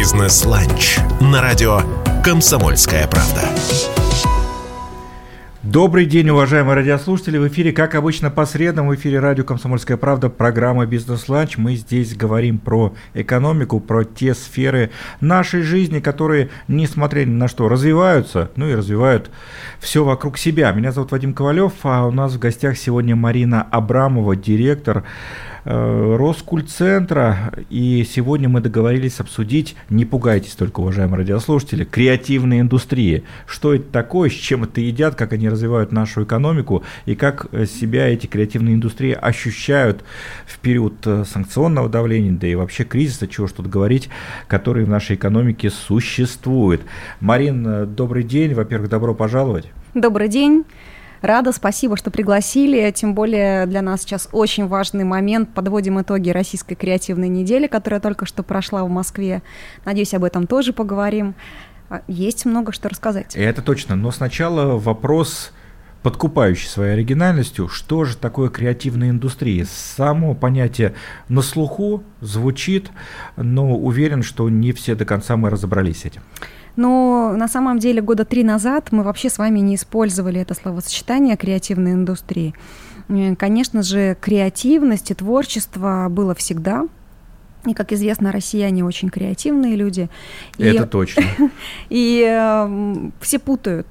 Бизнес-ланч на радио «Комсомольская правда». Добрый день, уважаемые радиослушатели. В эфире, как обычно, по средам, в эфире радио «Комсомольская правда», программа «Бизнес-ланч». Мы здесь говорим про экономику, про те сферы нашей жизни, которые, несмотря ни на что, развиваются, и развивают все вокруг себя. Меня зовут Вадим Ковалев, а у нас в гостях сегодня Марина Абрамова, директор Роскультцентра. И сегодня мы договорились обсудить, не пугайтесь только, уважаемые радиослушатели, креативные индустрии. Что это такое, с чем это едят, как они развивают нашу экономику и как себя эти креативные индустрии ощущают в период санкционного давления, да и вообще кризиса, чего ж тут говорить, который в нашей экономике существует. Марин, добрый день. Во-первых, добро пожаловать. Добрый день. Рада, спасибо, что пригласили, тем более для нас сейчас очень важный момент. Подводим итоги Российской креативной недели, которая только что прошла в Москве. Надеюсь, об этом тоже поговорим. Есть много что рассказать. Это точно, но сначала вопрос, подкупающий своей оригинальностью, что же такое креативная индустрия? Само понятие на слуху звучит, но уверен, что не все до конца мы разобрались с этим. Но на самом деле 3 года назад мы вообще с вами не использовали это словосочетание креативной индустрии. Конечно же, креативность и творчество было всегда. И, как известно, россияне очень креативные люди. Это точно. И все путают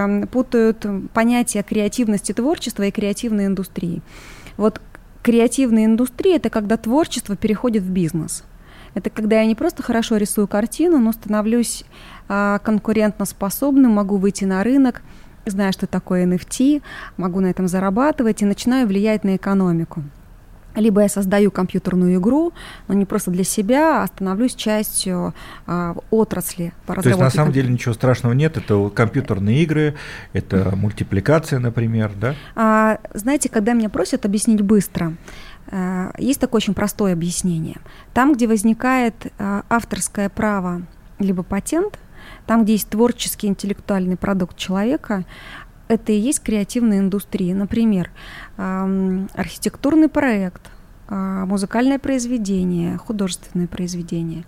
понятие креативности творчества и креативной индустрии. Вот креативная индустрия – это когда творчество переходит в бизнес. Это когда я не просто хорошо рисую картину, но становлюсь конкурентоспособным, могу выйти на рынок, знаю, что такое NFT, могу на этом зарабатывать и начинаю влиять на экономику. Либо я создаю компьютерную игру, но не просто для себя, а становлюсь частью отрасли по разработке. То есть на самом деле ничего страшного нет, это компьютерные игры, это мультипликация, например, да? Знаете, когда меня просят объяснить быстро, есть такое очень простое объяснение. Там, где возникает авторское право либо патент, там, где есть творческий интеллектуальный продукт человека, это и есть креативная индустрия. Например, архитектурный проект, музыкальное произведение, художественное произведение,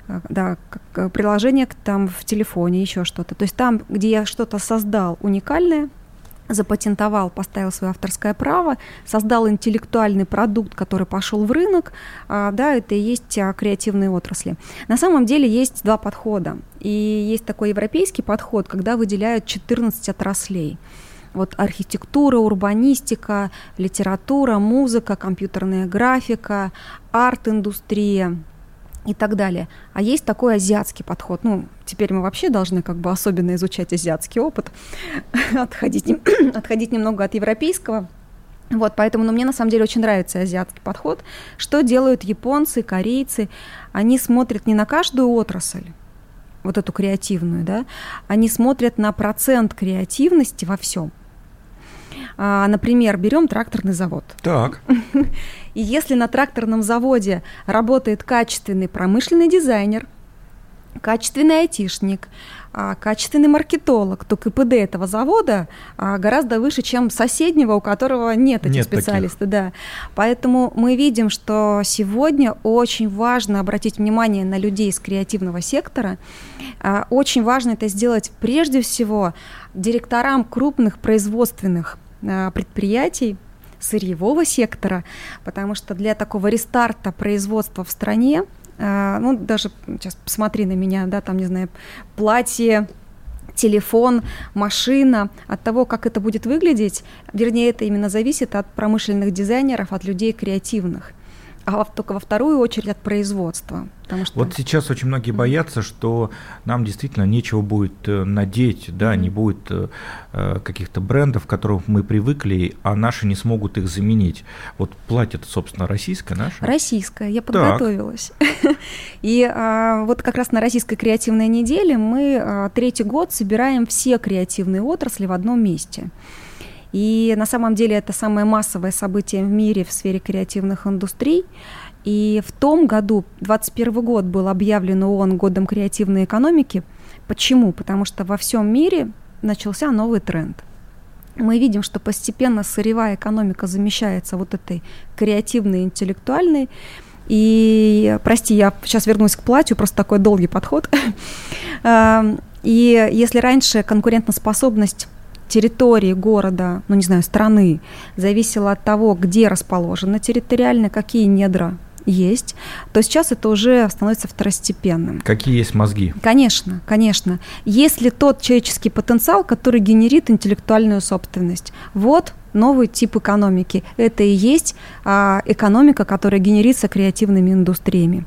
приложение там в телефоне, еще что-то. То есть там, где я что-то создал уникальное, запатентовал, поставил свое авторское право, создал интеллектуальный продукт, который пошел в рынок, это и есть креативные отрасли. На самом деле есть 2 подхода. И есть такой европейский подход, когда выделяют 14 отраслей. Вот архитектура, урбанистика, литература, музыка, компьютерная графика, арт-индустрия и так далее. А есть такой азиатский подход. Теперь мы вообще должны особенно изучать азиатский опыт, отходить немного от европейского. Поэтому мне на самом деле очень нравится азиатский подход. Что делают японцы, корейцы? Они смотрят не на каждую отрасль, вот эту креативную, они смотрят на процент креативности во всем. Например, берем тракторный завод. Так. И если на тракторном заводе работает качественный промышленный дизайнер, качественный айтишник, качественный маркетолог, то КПД этого завода гораздо выше, чем соседнего, у которого нет этих специалистов. Да. Поэтому мы видим, что сегодня очень важно обратить внимание на людей из креативного сектора. Очень важно это сделать прежде всего директорам крупных производственных предприятий, сырьевого сектора, потому что для такого рестарта производства в стране, даже сейчас посмотри на меня, платье, телефон, машина, от того, как это будет выглядеть, вернее, это именно зависит от промышленных дизайнеров, от людей креативных, а только во вторую очередь от производства. Что... Вот сейчас очень многие боятся, что нам действительно нечего будет надеть, не будет каких-то брендов, к которым мы привыкли, а наши не смогут их заменить. Вот платье-то, собственно, российское наше? Российское, я подготовилась. И вот как раз на Российской креативной неделе мы 3-й год собираем все креативные отрасли в одном месте. И на самом деле это самое массовое событие в мире в сфере креативных индустрий. И в том году, 2021 год, был объявлен ООН годом креативной экономики. Почему? Потому что во всем мире начался новый тренд. Мы видим, что постепенно сырьевая экономика замещается вот этой креативной, интеллектуальной. И, прости, я сейчас вернусь к платью, просто такой долгий подход. И если раньше конкурентоспособность территории города, ну не знаю, страны, зависела от того, где расположена территориально, какие недра есть, то сейчас это уже становится второстепенным. Какие есть мозги? Конечно, конечно. Есть ли тот человеческий потенциал, который генерит интеллектуальную собственность? Вот новый тип экономики. Это и есть экономика, которая генерится креативными индустриями.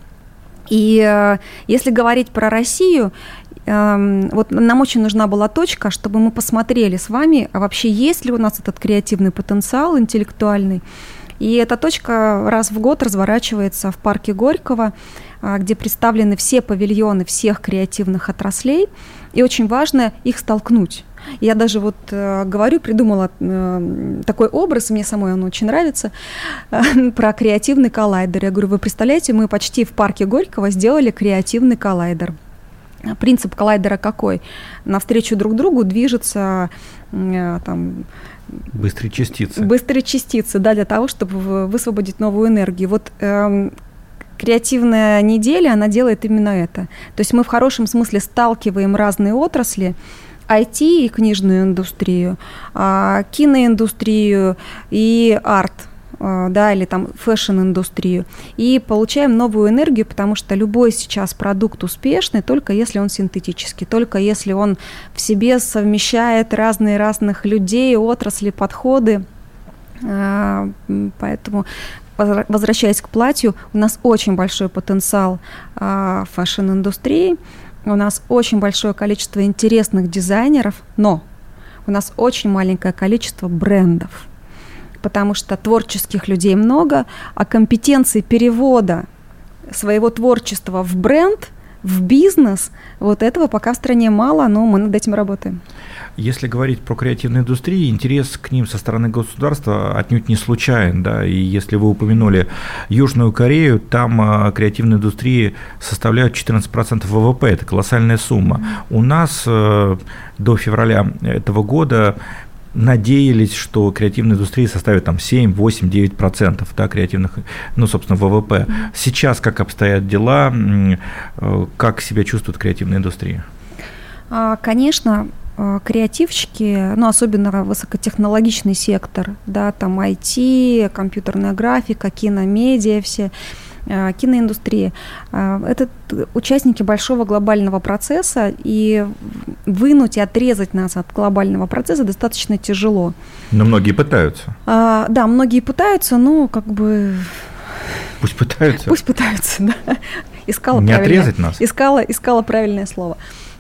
И если говорить про Россию, вот нам очень нужна была точка, чтобы мы посмотрели с вами, а вообще есть ли у нас этот креативный потенциал интеллектуальный. И эта точка раз в год разворачивается в парке Горького, где представлены все павильоны всех креативных отраслей, и очень важно их столкнуть. Я даже вот говорю, придумала такой образ, мне самой он очень нравится, про креативный коллайдер. Я говорю, вы представляете, мы почти в парке Горького сделали креативный коллайдер. Принцип коллайдера какой? Навстречу друг другу движется там... Быстрые частицы. Быстрые частицы, да, для того, чтобы высвободить новую энергию. Вот креативная неделя, она делает именно это. То есть мы в хорошем смысле сталкиваем разные отрасли, IT и книжную индустрию, киноиндустрию и арт, да, или там фэшн-индустрию, и получаем новую энергию, потому что любой сейчас продукт успешный, только если он синтетический, только если он в себе совмещает разных людей, отрасли, подходы. Поэтому, возвращаясь к платью, у нас очень большой потенциал фэшн-индустрии, у нас очень большое количество интересных дизайнеров, но у нас очень маленькое количество брендов, потому что творческих людей много, а компетенции перевода своего творчества в бренд, в бизнес, вот этого пока в стране мало, но мы над этим работаем. Если говорить про креативные индустрии, интерес к ним со стороны государства отнюдь не случайен, да, и если вы упомянули Южную Корею, там креативные индустрии составляют 14% ВВП, это колоссальная сумма. У нас до февраля этого года надеялись, что креативные индустрии составят там 7, 8, 9%, да, креативных, ну, собственно, ВВП. Сейчас как обстоят дела, как себя чувствуют креативные индустрии? Конечно, креативщики, ну, особенно высокотехнологичный сектор, да, там IT, компьютерная графика, киномедиа, все, киноиндустрия, это участники большого глобального процесса, и вынуть и отрезать нас от глобального процесса достаточно тяжело. Но многие пытаются. Да, многие пытаются, но как бы... Пусть пытаются. Пусть пытаются, да. Не отрезать нас. Искала правильное слово.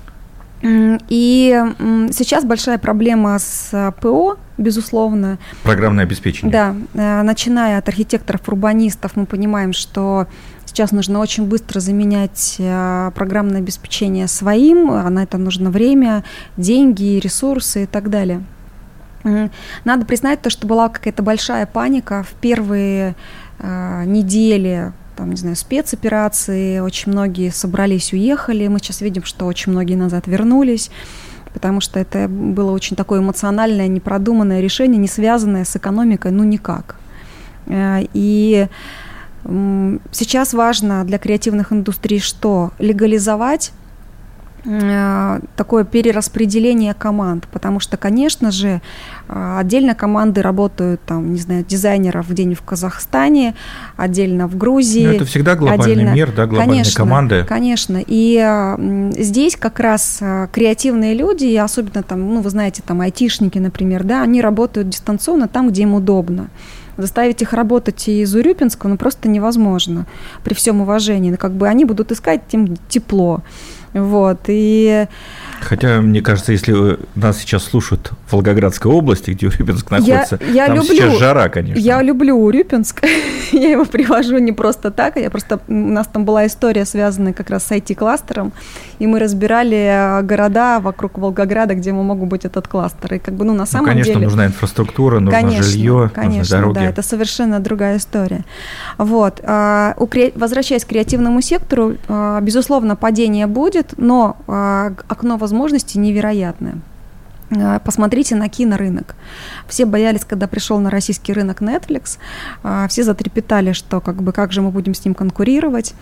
И сейчас большая проблема с ПО, безусловно. Программное обеспечение. Да, начиная от архитекторов, урбанистов, мы понимаем, что сейчас нужно очень быстро заменять программное обеспечение своим, а на это нужно время, деньги, ресурсы и так далее. Надо признать то, что была какая-то большая паника в первые недели, там, не знаю, спецоперации, очень многие собрались, уехали, мы сейчас видим, что очень многие назад вернулись, потому что это было очень такое эмоциональное, непродуманное решение, не связанное с экономикой, ну никак. И сейчас важно для креативных индустрий что? Легализовать такое перераспределение команд, потому что, конечно же, отдельно команды работают, там, не знаю, дизайнеров где-нибудь в Казахстане, отдельно в Грузии. Но это всегда глобальный мир, да, глобальные команды. Конечно, и здесь как раз креативные люди, и особенно там, ну, вы знаете, там айтишники, например, да, они работают дистанционно там, где им удобно. Заставить их работать из Урюпинска, ну, просто невозможно, при всем уважении. Как бы они будут искать, тем тепло. Вот, и... Хотя, мне кажется, если нас сейчас слушают в Волгоградской области, где Урюпинск находится, там сейчас жара, конечно. Я люблю Урюпинск, я его привожу не просто так, у нас там была история, связанная как раз с IT-кластером, и мы разбирали города вокруг Волгограда, где могут быть этот кластер, и как бы, ну, на самом деле... Конечно, нужна инфраструктура, нужно жилье, нужны дороги. Да, это совершенно другая история. Вот, возвращаясь к креативному сектору, безусловно, падение будет, но окно возможностей невероятное. Посмотрите на кинорынок. Все боялись, когда пришел на российский рынок Netflix, все затрепетали, что как же мы будем с ним конкурировать,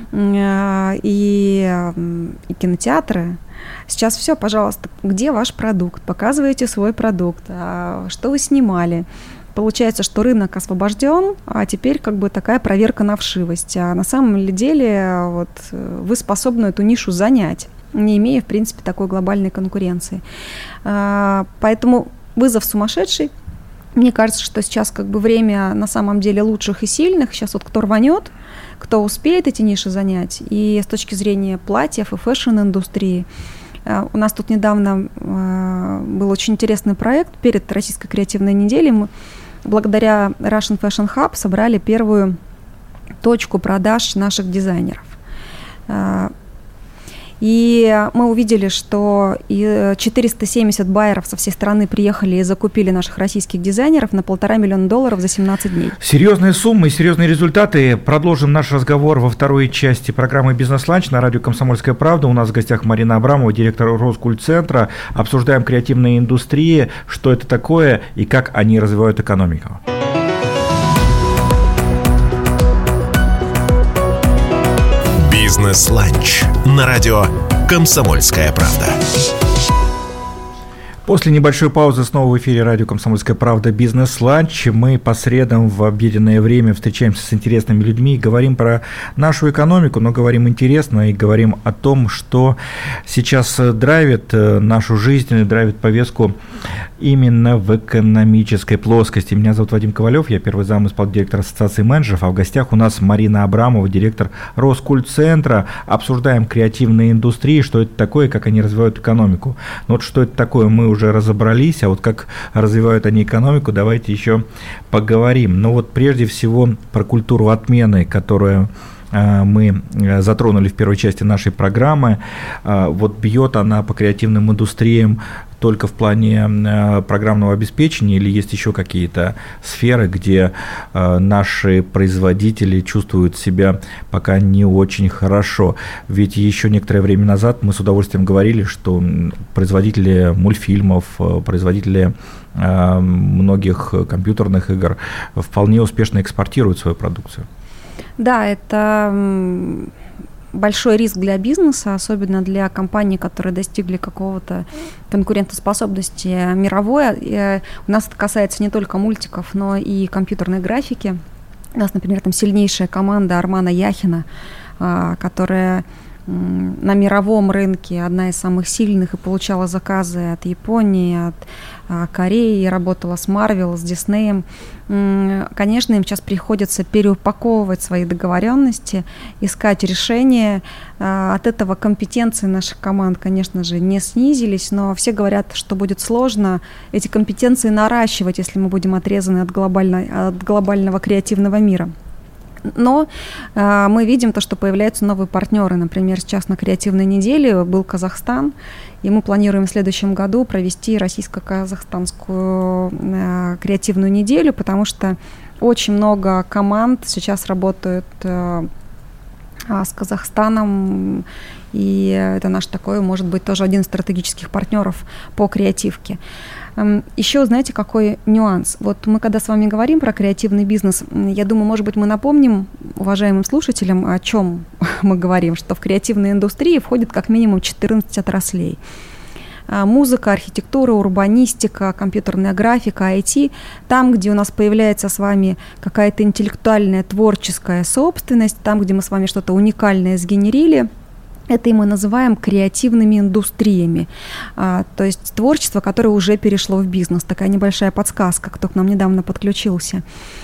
и кинотеатры. Сейчас все, пожалуйста, где ваш продукт? Показывайте свой продукт, что вы снимали. Получается, что рынок освобожден, а теперь такая проверка на вшивость. А на самом деле вы способны эту нишу занять, не имея, в принципе, такой глобальной конкуренции. Поэтому вызов сумасшедший. Мне кажется, что сейчас время на самом деле лучших и сильных. Сейчас кто рванет, кто успеет эти ниши занять. И с точки зрения платьев и фэшн-индустрии. У нас тут недавно был очень интересный проект. Перед Российской креативной неделей мы благодаря Russian Fashion Hub собрали первую точку продаж наших дизайнеров. И мы увидели, что 470 байеров со всей страны приехали и закупили наших российских дизайнеров на $1,5 миллиона за 17 дней. Серьезные суммы, серьезные результаты. Продолжим наш разговор во второй части программы «Бизнес-ланч» на радио «Комсомольская правда». У нас в гостях Марина Абрамова, директор Роскультцентра. Обсуждаем креативные индустрии, что это такое и как они развивают экономику. «Бизнес-ланч» на радио «Комсомольская правда». После небольшой паузы снова в эфире радио «Комсомольская правда» «Бизнес-ланч». Мы по средам в обеденное время встречаемся с интересными людьми и говорим про нашу экономику, но говорим интересно и говорим о том, что сейчас драйвит нашу жизнь, драйвит повестку именно в экономической плоскости. Меня зовут Вадим Ковалев, я первый зам исполнительного директора Ассоциации менеджеров, а в гостях у нас Марина Абрамова, директор Роскультцентра. Обсуждаем креативные индустрии, что это такое, как они развивают экономику. Но что это такое, мы уже разобрались, а как развивают они экономику, давайте еще поговорим. Но прежде всего про культуру отмены, которую мы затронули в первой части нашей программы. Бьет она по креативным индустриям только в плане программного обеспечения или есть еще какие-то сферы, где наши производители чувствуют себя пока не очень хорошо? Ведь еще некоторое время назад мы с удовольствием говорили, что производители мультфильмов, производители многих компьютерных игр вполне успешно экспортируют свою продукцию. Да, это большой риск для бизнеса, особенно для компаний, которые достигли какого-то конкурентоспособности мировой. И у нас это касается не только мультиков, но и компьютерной графики. У нас, например, там сильнейшая команда Армана Яхина, которая на мировом рынке одна из самых сильных и получала заказы от Японии, от Кореи, работала с Marvel, с Диснеем. Конечно, им сейчас приходится переупаковывать свои договоренности, искать решения. От этого компетенции наших команд, конечно же, не снизились, но все говорят, что будет сложно эти компетенции наращивать, если мы будем отрезаны от глобального креативного мира. Но мы видим то, что появляются новые партнеры. Например, сейчас на креативной неделе был Казахстан, и мы планируем в следующем году провести российско-казахстанскую креативную неделю, потому что очень много команд сейчас работают с Казахстаном, и это наш такой, может быть, тоже один из стратегических партнеров по креативке. Еще, знаете, какой нюанс? Мы когда с вами говорим про креативный бизнес, я думаю, может быть, мы напомним уважаемым слушателям, о чем мы говорим, что в креативной индустрии входит как минимум 14 отраслей. Музыка, архитектура, урбанистика, компьютерная графика, IT. Там, где у нас появляется с вами какая-то интеллектуальная, творческая собственность, там, где мы с вами что-то уникальное сгенерили, это и мы называем креативными индустриями, то есть творчество, которое уже перешло в бизнес. Такая небольшая подсказка, кто к нам недавно подключился.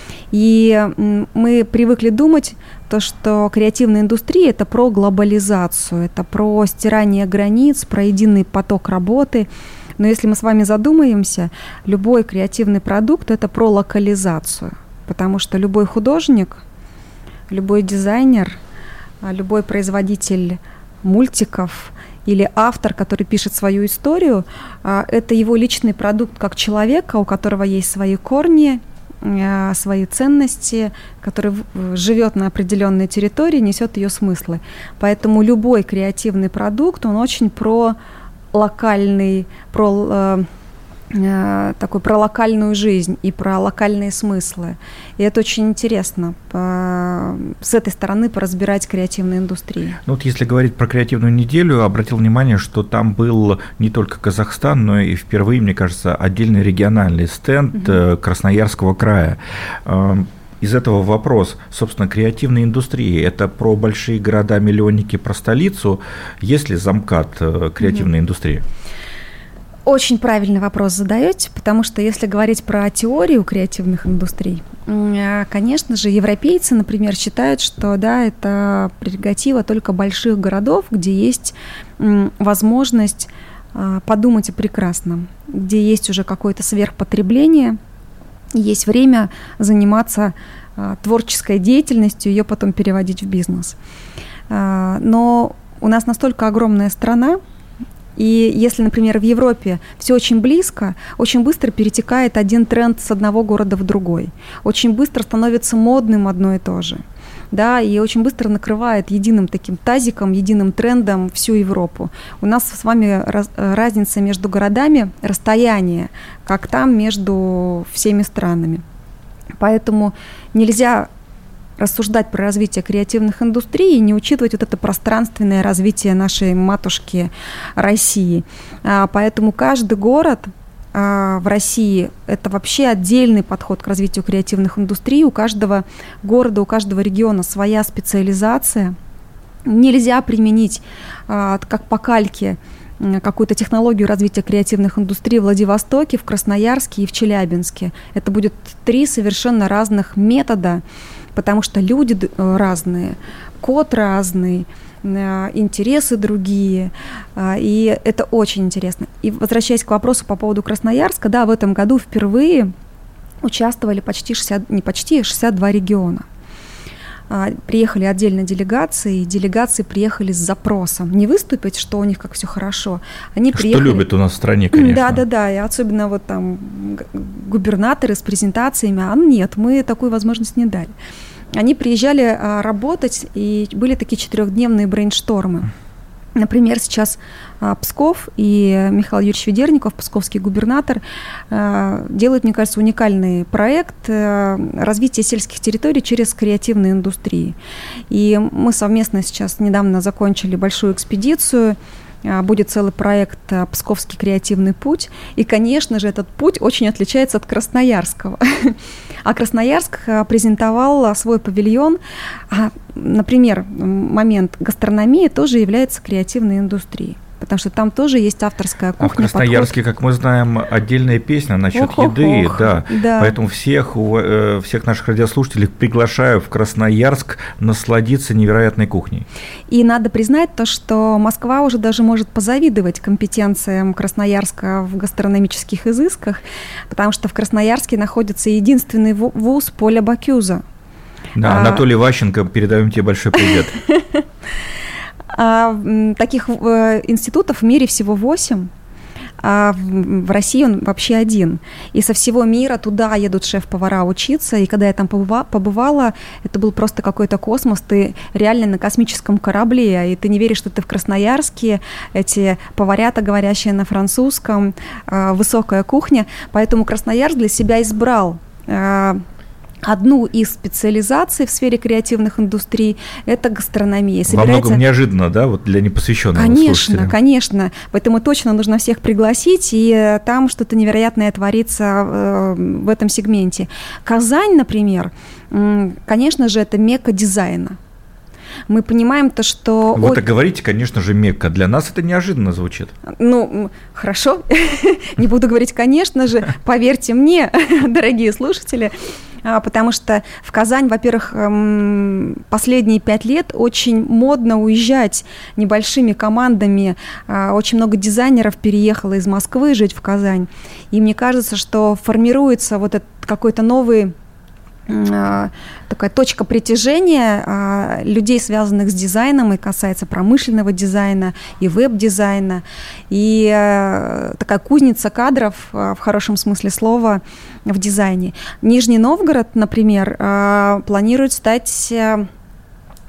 И мы привыкли думать, что креативная индустрия – это про глобализацию, это про стирание границ, про единый поток работы. Но если мы с вами задумаемся, любой креативный продукт – это про локализацию, потому что любой художник, любой дизайнер, любой производитель мультиков или автор, который пишет свою историю, это его личный продукт как человека, у которого есть свои корни, свои ценности, который живет на определенной территории, несет ее смыслы. Поэтому любой креативный продукт, он очень про локальный, про такой про локальную жизнь и про локальные смыслы. И это очень интересно с этой стороны поразбирать креативные индустрии. Ну вот если говорить про креативную неделю, обратил внимание, что там был не только Казахстан, но и впервые, мне кажется, отдельный региональный стенд Красноярского края. Из этого вопрос, собственно, креативной индустрии. Это про большие города-миллионники, про столицу. Есть ли замкат креативной индустрии? Очень правильный вопрос задаете, потому что если говорить про теорию креативных индустрий, конечно же, европейцы, например, считают, что да, это прерогатива только больших городов, где есть возможность подумать о прекрасном, где есть уже какое-то сверхпотребление, есть время заниматься творческой деятельностью, ее потом переводить в бизнес. Но у нас настолько огромная страна, и если, например, в Европе все очень близко, очень быстро перетекает один тренд с одного города в другой. Очень быстро становится модным одно и то же. Да, и очень быстро накрывает единым таким тазиком, единым трендом всю Европу. У нас с вами разница между городами, расстояние, как там между всеми странами. Поэтому нельзя рассуждать про развитие креативных индустрий и не учитывать вот это пространственное развитие нашей матушки России. Поэтому каждый город в России – это вообще отдельный подход к развитию креативных индустрий. У каждого города, у каждого региона своя специализация. Нельзя применить, как по кальке, какую-то технологию развития креативных индустрий в Владивостоке, в Красноярске и в Челябинске. Это будет 3 совершенно разных метода, потому что люди разные, код разный, интересы другие, и это очень интересно. И возвращаясь к вопросу по поводу Красноярска, да, в этом году впервые участвовали 62 региона. Приехали отдельно делегации, и делегации приехали с запросом. Не выступить, что у них как все хорошо. Они что любят у нас в стране, конечно. Да, и особенно вот там губернаторы с презентациями, а нет, мы такую возможность не дали. Они приезжали работать, и были такие 4-дневные брейнштормы. Например, сейчас Псков и Михаил Юрьевич Ведерников, псковский губернатор, делают, мне кажется, уникальный проект развития сельских территорий через креативные индустрии. И мы совместно сейчас недавно закончили большую экспедицию. Будет целый проект «Псковский креативный путь». И, конечно же, этот путь очень отличается от красноярского. А Красноярск презентовал свой павильон. Например, момент гастрономии тоже является креативной индустрией, потому что там тоже есть авторская кухня. А в Красноярске, как мы знаем, отдельная песня насчет еды, да. Поэтому всех наших радиослушателей приглашаю в Красноярск насладиться невероятной кухней. И надо признать то, что Москва уже даже может позавидовать компетенциям Красноярска в гастрономических изысках, потому что в Красноярске находится единственный вуз Поля Бакюза. Да, Анатолий Ващенко, передаем тебе большой привет. Таких институтов в мире всего 8, а в России он вообще 1. И со всего мира туда едут шеф-повара учиться. И когда я там побывала, это был просто какой-то космос. Ты реально на космическом корабле, и ты не веришь, что ты в Красноярске. Эти поварята, говорящие на французском, высокая кухня. Поэтому Красноярск для себя избрал одну из специализаций в сфере креативных индустрий – это гастрономия. Во многом неожиданно, да, вот для непосвященного слушателя? Конечно. Поэтому точно нужно всех пригласить, и там что-то невероятное творится в этом сегменте. Казань, например, конечно же, это мекка дизайна. Мы понимаем то, что… Вы так говорите, конечно же, мекка. Для нас это неожиданно звучит. Ну, хорошо. Не буду говорить, конечно же. Поверьте мне, дорогие слушатели, потому что в Казань, во-первых, последние 5 лет очень модно уезжать небольшими командами. Очень много дизайнеров переехало из Москвы жить в Казань. И мне кажется, что формируется вот этот какой-то новый… такая точка притяжения людей, связанных с дизайном, и касается промышленного дизайна, и веб-дизайна, и такая кузница кадров, в хорошем смысле слова, в дизайне. Нижний Новгород, например, планирует стать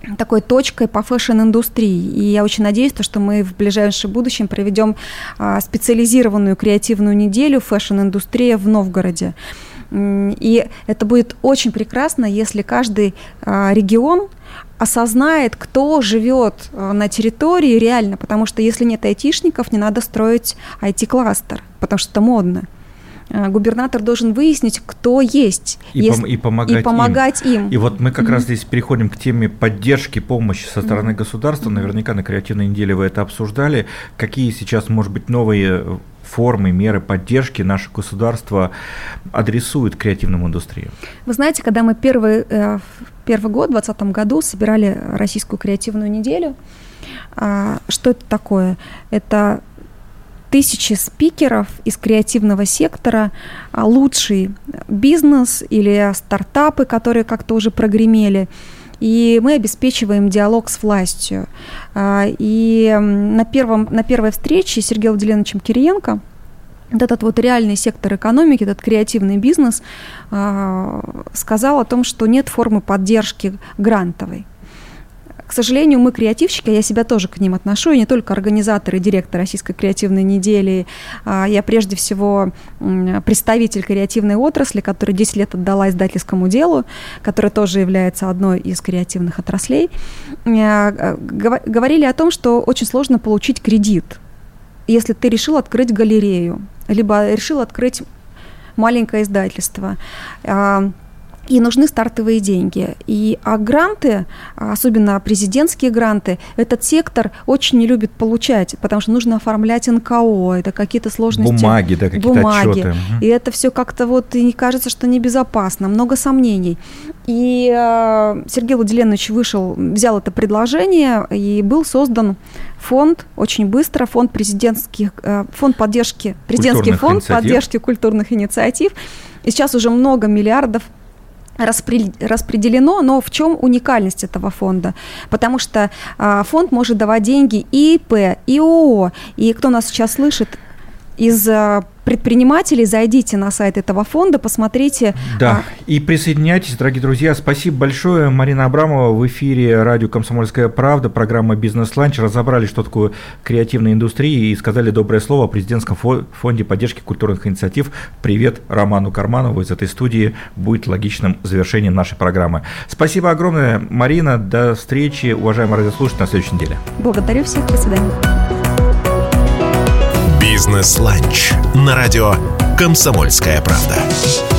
такой точкой по фэшн-индустрии. И я очень надеюсь, что мы в ближайшем будущем проведем специализированную креативную неделю фэшн-индустрия в Новгороде. И это будет очень прекрасно, если каждый регион осознает, кто живет на территории реально, потому что если нет айтишников, не надо строить IT-кластер, потому что это модно. Губернатор должен выяснить, кто есть, и помогать им. им. И вот мы как раз здесь переходим к теме поддержки, помощи со стороны государства. Наверняка на креативной неделе вы это обсуждали. Какие сейчас, может быть, новые формы, меры поддержки наше государство адресует креативным индустриям? Вы знаете, когда мы первый год, в 2020 году, собирали Российскую креативную неделю, что это такое? Это 1000 спикеров из креативного сектора, лучший бизнес или стартапы, которые как-то уже прогремели. И мы обеспечиваем диалог с властью. И на первой встрече с Сергеем Владимировичем Кириенко этот вот реальный сектор экономики, этот креативный бизнес сказал о том, что нет формы поддержки грантовой. К сожалению, мы креативщики, я себя тоже к ним отношу, и не только организатор и директор Российской креативной недели, я прежде всего представитель креативной отрасли, которая 10 лет отдала издательскому делу, которая тоже является одной из креативных отраслей, говорили о том, что очень сложно получить кредит, если ты решил открыть галерею, либо решил открыть маленькое издательство. И нужны стартовые деньги. А гранты, особенно президентские гранты, этот сектор очень не любит получать, потому что нужно оформлять НКО, это какие-то сложности. Бумаги, да, какие-то отчеты. И это все как-то вот, и кажется, что небезопасно, много сомнений. И Сергей Владимирович взял это предложение, и был создан фонд, очень быстро, президентский фонд поддержки культурных инициатив. И сейчас уже много миллиардов распределено, но в чем уникальность этого фонда? Потому что фонд может давать деньги и ИП, и ООО. И кто нас сейчас слышит из предпринимателей, зайдите на сайт этого фонда, посмотрите. Да, и присоединяйтесь, дорогие друзья. Спасибо большое. Марина Абрамова в эфире радио «Комсомольская правда», программа «Бизнес-ланч». Разобрали, что такое креативная индустрия, и сказали доброе слово о президентском фонде поддержки культурных инициатив. Привет Роману Карманову из этой студии. Будет логичным завершением нашей программы. Спасибо огромное, Марина. До встречи, уважаемые радиослушатели, на следующей неделе. Благодарю всех. До свидания. «Бизнес-ланч» на радио «Комсомольская правда».